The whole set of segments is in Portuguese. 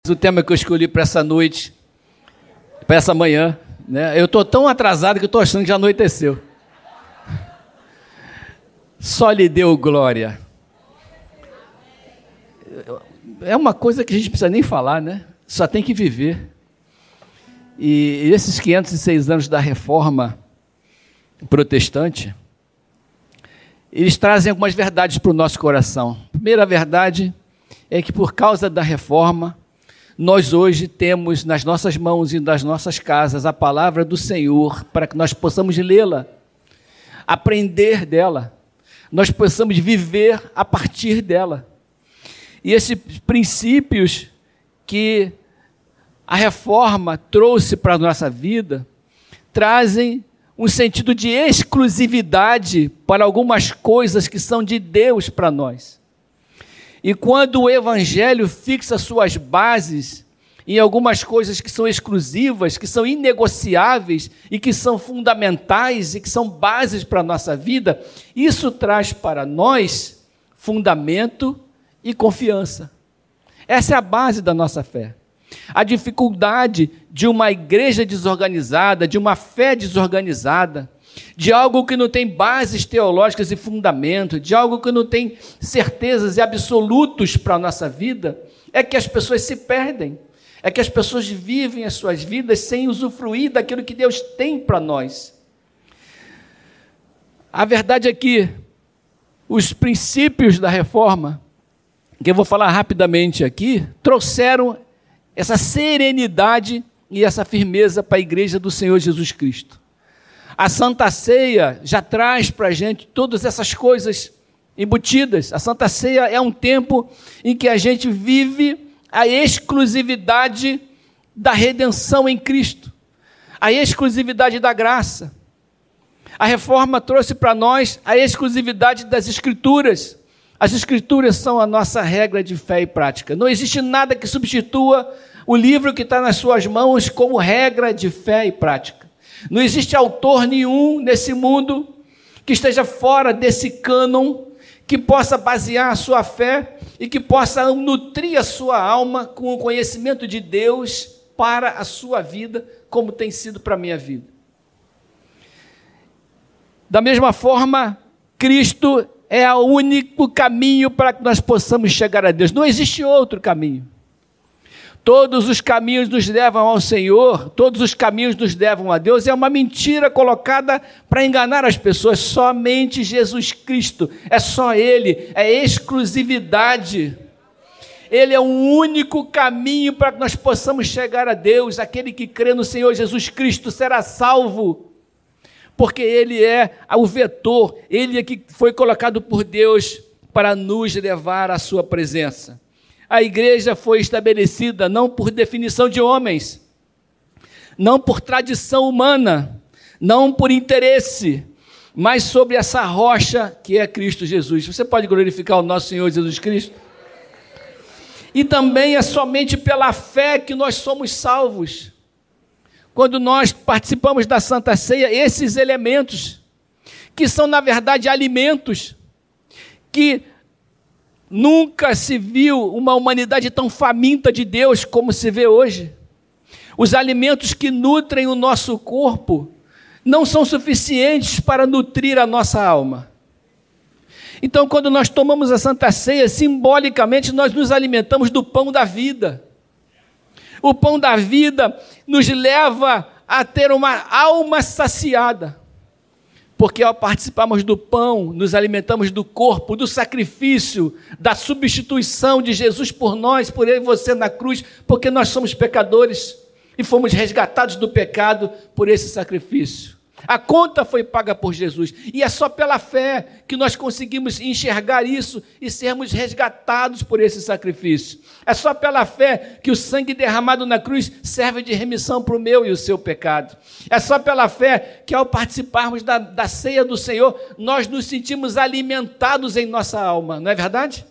O tema que eu escolhi para essa noite, para essa manhã, né? Eu estou tão atrasado que eu estou achando que já anoiteceu. Só lhe deu glória. É uma coisa que a gente não precisa nem falar, né? Só tem que viver. E esses 506 anos da Reforma Protestante, eles trazem algumas verdades para o nosso coração. A primeira verdade é que por causa da Reforma, nós hoje temos nas nossas mãos e nas nossas casas a palavra do Senhor para que nós possamos lê-la, aprender dela, nós possamos viver a partir dela. E esses princípios que a Reforma trouxe para a nossa vida trazem um sentido de exclusividade para algumas coisas que são de Deus para nós. E quando o Evangelho fixa suas bases em algumas coisas que são exclusivas, que são inegociáveis e que são fundamentais e que são bases para a nossa vida, isso traz para nós fundamento e confiança. Essa é a base da nossa fé. A dificuldade de uma igreja desorganizada, de uma fé desorganizada, de algo que não tem bases teológicas e fundamento, de algo que não tem certezas e absolutos para a nossa vida, é que as pessoas se perdem, é que as pessoas vivem as suas vidas sem usufruir daquilo que Deus tem para nós. A verdade é que os princípios da Reforma, que eu vou falar rapidamente aqui, trouxeram essa serenidade e essa firmeza para a igreja do Senhor Jesus Cristo. A Santa Ceia já traz para a gente todas essas coisas embutidas. A Santa Ceia é um tempo em que a gente vive a exclusividade da redenção em Cristo, a exclusividade da graça. A Reforma trouxe para nós a exclusividade das Escrituras. As Escrituras são a nossa regra de fé e prática. Não existe nada que substitua o livro que está nas suas mãos como regra de fé e prática. Não existe autor nenhum nesse mundo que esteja fora desse cânon, que possa basear a sua fé e que possa nutrir a sua alma com o conhecimento de Deus para a sua vida, como tem sido para a minha vida. Da mesma forma, Cristo é o único caminho para que nós possamos chegar a Deus. Não existe outro caminho. Todos os caminhos nos levam ao Senhor, todos os caminhos nos levam a Deus. É uma mentira colocada para enganar as pessoas. Somente Jesus Cristo, é só Ele, é exclusividade. Ele é o único caminho para que nós possamos chegar a Deus. Aquele que crê no Senhor Jesus Cristo será salvo, porque Ele é o vetor, Ele é que foi colocado por Deus para nos levar à sua presença. A igreja foi estabelecida não por definição de homens, não por tradição humana, não por interesse, mas sobre essa rocha que é Cristo Jesus. Você pode glorificar o nosso Senhor Jesus Cristo? E também é somente pela fé que nós somos salvos. Quando nós participamos da Santa Ceia, esses elementos, que são na verdade alimentos, que nunca se viu uma humanidade tão faminta de Deus como se vê hoje. Os alimentos que nutrem o nosso corpo não são suficientes para nutrir a nossa alma. Então, quando nós tomamos a Santa Ceia, simbolicamente nós nos alimentamos do pão da vida. O pão da vida nos leva a ter uma alma saciada. Porque ao participarmos do pão, nos alimentamos do corpo, do sacrifício, da substituição de Jesus por nós, por eu e você na cruz, porque nós somos pecadores e fomos resgatados do pecado por esse sacrifício. A conta foi paga por Jesus, e é só pela fé que nós conseguimos enxergar isso e sermos resgatados por esse sacrifício. É só pela fé que o sangue derramado na cruz serve de remissão para o meu e o seu pecado. É só pela fé que ao participarmos da ceia do Senhor, nós nos sentimos alimentados em nossa alma, não é verdade?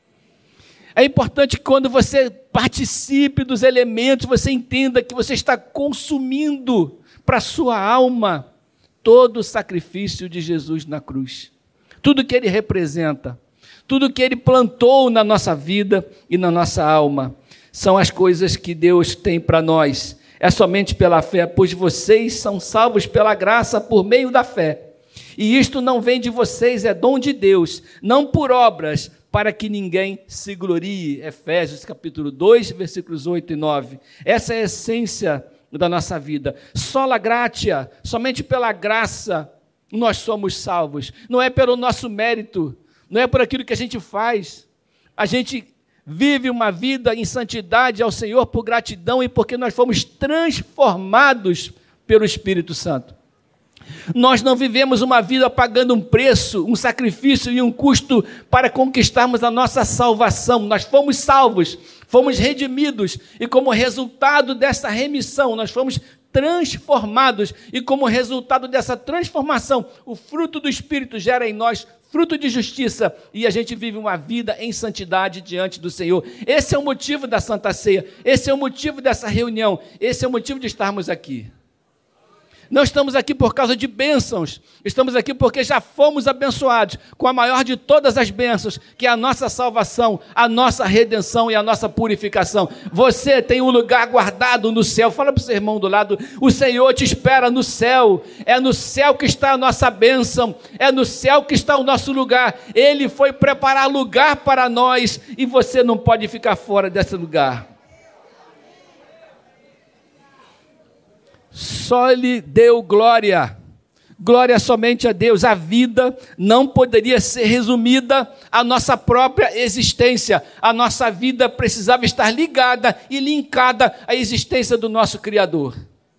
É importante que quando você participe dos elementos, você entenda que você está consumindo para a sua alma todo o sacrifício de Jesus na cruz. Tudo que Ele representa, tudo que Ele plantou na nossa vida e na nossa alma. são as coisas que Deus tem para nós. É somente pela fé, pois vocês são salvos pela graça por meio da fé. E isto não vem de vocês, é dom de Deus, não por obras, para que ninguém se glorie. Efésios capítulo 2, versículos 8 e 9. Essa é a essência da nossa vida. Sola gratia, somente pela graça nós somos salvos. Não é pelo nosso mérito, não é por aquilo que a gente faz. A gente vive uma vida em santidade ao Senhor por gratidão e porque nós fomos transformados pelo Espírito Santo. Nós não vivemos uma vida pagando um preço, um sacrifício e um custo para conquistarmos a nossa salvação. Nós fomos salvos, fomos redimidos e como resultado dessa remissão, nós fomos transformados e como resultado dessa transformação, o fruto do Espírito gera em nós fruto de justiça e a gente vive uma vida em santidade diante do Senhor. Esse é o motivo da Santa Ceia, esse é o motivo dessa reunião, esse é o motivo de estarmos aqui. Não estamos aqui por causa de bênçãos, estamos aqui porque já fomos abençoados com a maior de todas as bênçãos, que é a nossa salvação, a nossa redenção e a nossa purificação. Você tem um lugar guardado no céu. Fala para o seu irmão do lado, o Senhor te espera no céu, é no céu que está a nossa bênção, é no céu que está o nosso lugar. Ele foi preparar lugar para nós e você não pode ficar fora desse lugar. Só lhe deu glória, glória somente a Deus. A vida não poderia ser resumida à nossa própria existência. A nossa vida precisava estar ligada e linkada à existência do nosso Criador.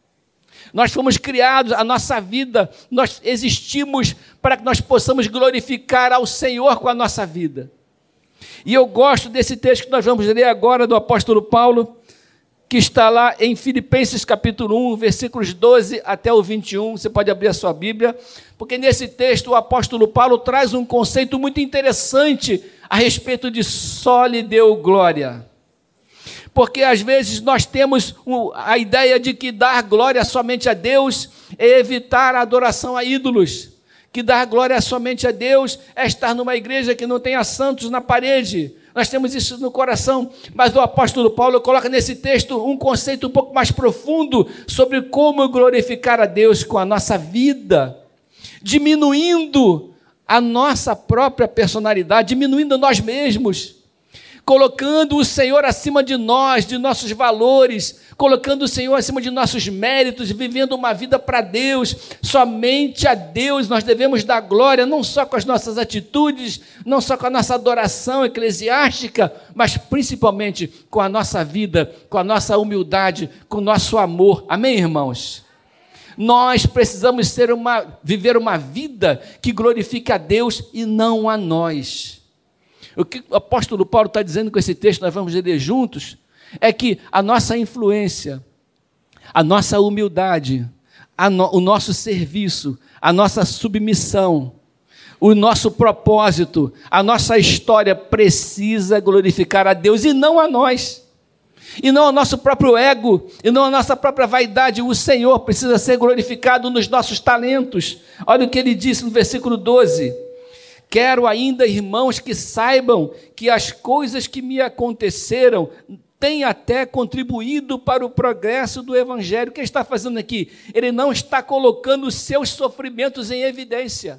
Nós fomos criados, a nossa vida, nós existimos para que nós possamos glorificar ao Senhor com a nossa vida. E eu gosto desse texto que nós vamos ler agora do apóstolo Paulo, que está lá em Filipenses capítulo 1, versículos 12 até o 21, você pode abrir a sua Bíblia, porque nesse texto o apóstolo Paulo traz um conceito muito interessante a respeito de só lhe deu glória. Porque às vezes nós temos a ideia de que dar glória somente a Deus é evitar a adoração a ídolos, que dar glória somente a Deus é estar numa igreja que não tenha santos na parede. Nós temos isso no coração, mas o apóstolo Paulo coloca nesse texto um conceito um pouco mais profundo sobre como glorificar a Deus com a nossa vida, diminuindo a nossa própria personalidade, diminuindo nós mesmos, colocando o Senhor acima de nós, de nossos valores, colocando o Senhor acima de nossos méritos, vivendo uma vida para Deus. Somente a Deus nós devemos dar glória, não só com as nossas atitudes, não só com a nossa adoração eclesiástica, mas principalmente com a nossa vida, com a nossa humildade, com o nosso amor. Amém, irmãos? Nós precisamos viver uma vida que glorifique a Deus e não a nós. O que o apóstolo Paulo está dizendo com esse texto, nós vamos ler juntos, é que a nossa influência, a nossa humildade, o nosso serviço, a nossa submissão, o nosso propósito, a nossa história precisa glorificar a Deus e não a nós. E não ao nosso próprio ego, e não a nossa própria vaidade. O Senhor precisa ser glorificado nos nossos talentos. Olha o que ele disse no versículo 12. Quero ainda, irmãos, que saibam que as coisas que me aconteceram têm até contribuído para o progresso do Evangelho. O que ele está fazendo aqui? Ele não está colocando os seus sofrimentos em evidência.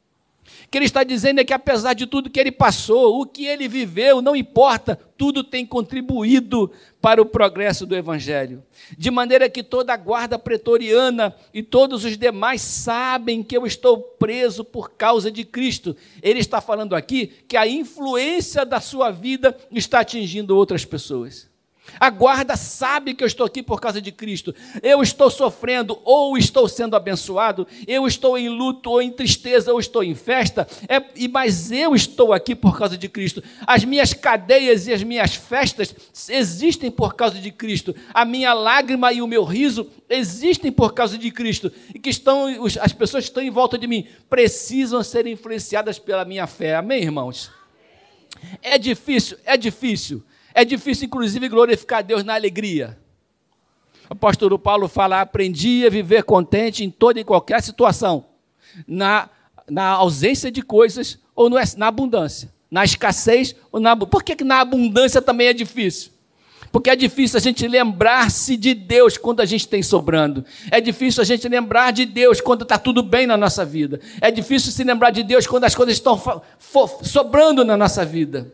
O que ele está dizendo é que apesar de tudo que ele passou, o que ele viveu, não importa, tudo tem contribuído para o progresso do Evangelho. De maneira que toda a guarda pretoriana e todos os demais sabem que eu estou preso por causa de Cristo. Ele está falando aqui que a influência da sua vida está atingindo outras pessoas. A guarda sabe que eu estou aqui por causa de Cristo. Eu estou sofrendo ou estou sendo abençoado. Eu estou em luto ou em tristeza ou estou em festa. Mas eu estou aqui por causa de Cristo. As minhas cadeias e as minhas festas existem por causa de Cristo. A minha lágrima e o meu riso existem por causa de Cristo. E que as pessoas que estão em volta de mim precisam ser influenciadas pela minha fé. Amém, irmãos? É difícil, é difícil. É difícil, inclusive, glorificar a Deus na alegria. O apóstolo Paulo fala, aprendi a viver contente em toda e qualquer situação, na ausência de coisas ou na abundância, na escassez ou na abundância. Por que na abundância também é difícil? Porque é difícil a gente lembrar-se de Deus quando a gente tem sobrando. É difícil a gente lembrar de Deus quando está tudo bem na nossa vida. É difícil se lembrar de Deus quando as coisas estão sobrando na nossa vida.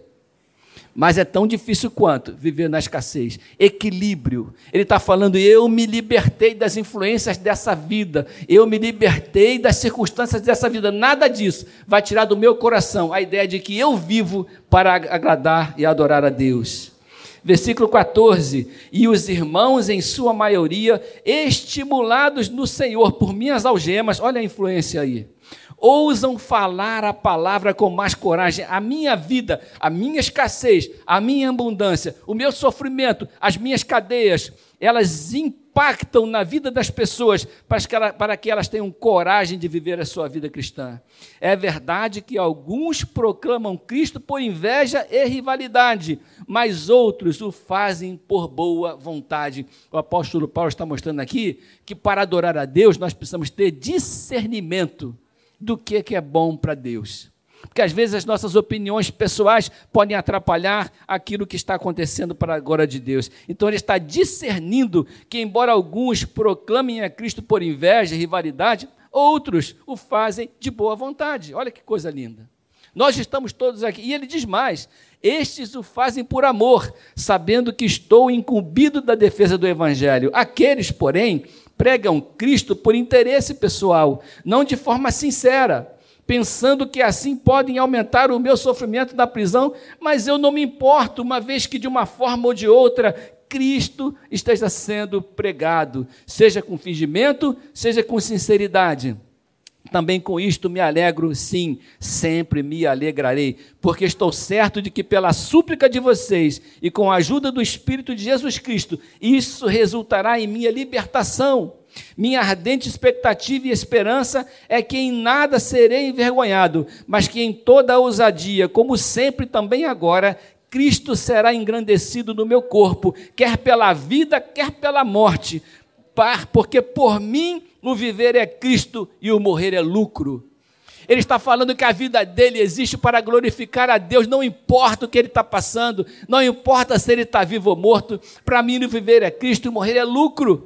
Mas é tão difícil quanto viver na escassez. Equilíbrio. Ele está falando, eu me libertei das influências dessa vida. Eu me libertei das circunstâncias dessa vida. Nada disso vai tirar do meu coração a ideia de que eu vivo para agradar e adorar a Deus. Versículo 14, e os irmãos, em sua maioria, estimulados no Senhor por minhas algemas, olha a influência aí, ousam falar a palavra com mais coragem. A minha vida, a minha escassez, a minha abundância, o meu sofrimento, as minhas cadeias, elas impactam na vida das pessoas para que elas tenham coragem de viver a sua vida cristã. É verdade que alguns proclamam Cristo por inveja e rivalidade, mas outros o fazem por boa vontade. O apóstolo Paulo está mostrando aqui que para adorar a Deus nós precisamos ter discernimento do que é bom para Deus. Porque às vezes as nossas opiniões pessoais podem atrapalhar aquilo que está acontecendo para a glória de Deus. Então ele está discernindo que, embora alguns proclamem a Cristo por inveja e rivalidade, outros o fazem de boa vontade. Olha que coisa linda. Nós estamos todos aqui, e ele diz mais, estes o fazem por amor, sabendo que estou incumbido da defesa do Evangelho. Aqueles, porém, pregam Cristo por interesse pessoal, não de forma sincera, pensando que assim podem aumentar o meu sofrimento na prisão, mas eu não me importo, uma vez que de uma forma ou de outra, Cristo esteja sendo pregado, seja com fingimento, seja com sinceridade. Também com isto me alegro, sim, sempre me alegrarei, porque estou certo de que pela súplica de vocês e com a ajuda do Espírito de Jesus Cristo, isso resultará em minha libertação. Minha ardente expectativa e esperança é que em nada serei envergonhado, mas que em toda a ousadia, como sempre também agora, Cristo será engrandecido no meu corpo, quer pela vida, quer pela morte, porque por mim o viver é Cristo e o morrer é lucro. Ele está falando que a vida dele existe para glorificar a Deus, não importa o que ele está passando, não importa se ele está vivo ou morto, para mim o viver é Cristo e o morrer é lucro.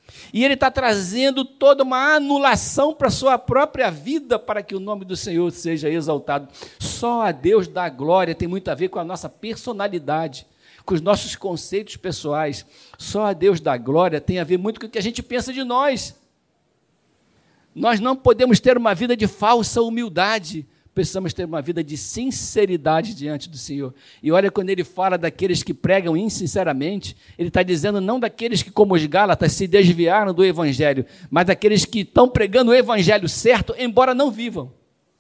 E ele está trazendo toda uma anulação para a sua própria vida, para que o nome do Senhor seja exaltado. Só a Deus dá glória, tem muito a ver com a nossa personalidade, com os nossos conceitos pessoais. Só a Deus dá glória tem a ver muito com o que a gente pensa de nós. Nós não podemos ter uma vida de falsa humildade, precisamos ter uma vida de sinceridade diante do Senhor. E olha, quando ele fala daqueles que pregam insinceramente, ele está dizendo não daqueles que, como os Gálatas, se desviaram do Evangelho, mas daqueles que estão pregando o Evangelho certo, embora não vivam.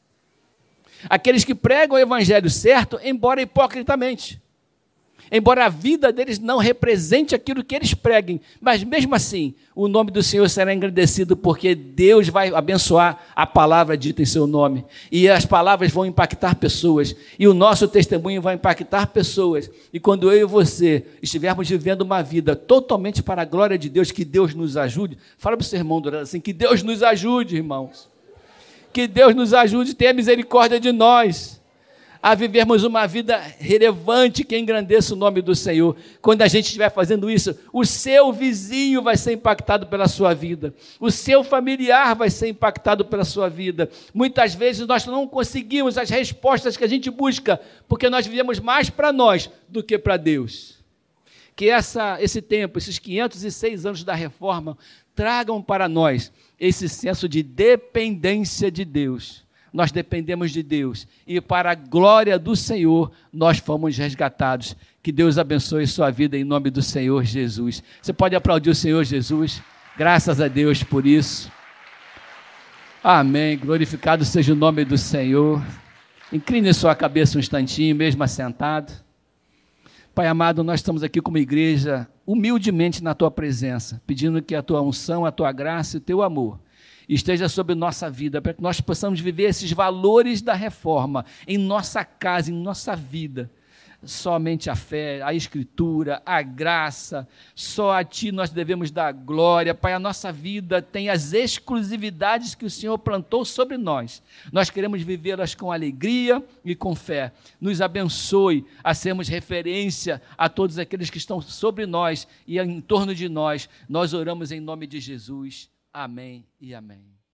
Aqueles que pregam o Evangelho certo, embora hipocritamente. Embora a vida deles não represente aquilo que eles preguem, mas mesmo assim, o nome do Senhor será engrandecido, porque Deus vai abençoar a palavra dita em seu nome, e as palavras vão impactar pessoas, e o nosso testemunho vai impactar pessoas, e quando eu e você estivermos vivendo uma vida totalmente para a glória de Deus, que Deus nos ajude, fala para o seu irmão assim, que Deus nos ajude, irmãos, que Deus nos ajude, tenha misericórdia de nós, a vivermos uma vida relevante que engrandeça o nome do Senhor. Quando a gente estiver fazendo isso, o seu vizinho vai ser impactado pela sua vida, o seu familiar vai ser impactado pela sua vida. Muitas vezes nós não conseguimos as respostas que a gente busca, porque nós vivemos mais para nós do que para Deus. Que esse tempo, esses 506 anos da reforma, tragam para nós esse senso de dependência de Deus. Nós dependemos de Deus e para a glória do Senhor nós fomos resgatados. Que Deus abençoe sua vida em nome do Senhor Jesus. Você pode aplaudir o Senhor Jesus? Graças a Deus por isso. Amém. Glorificado seja o nome do Senhor. Incline sua cabeça um instantinho, mesmo assentado. Pai amado, nós estamos aqui como igreja humildemente na tua presença, pedindo que a tua unção, a tua graça e o teu amor esteja sobre nossa vida, para que nós possamos viver esses valores da reforma em nossa casa, em nossa vida. somente a fé, a Escritura, a graça, só a Ti nós devemos dar glória. Pai, a nossa vida tem as exclusividades que o Senhor plantou sobre nós. Nós queremos vivê-las com alegria e com fé. Nos abençoe a sermos referência a todos aqueles que estão sobre nós e em torno de nós. Nós oramos em nome de Jesus. Amém e amém.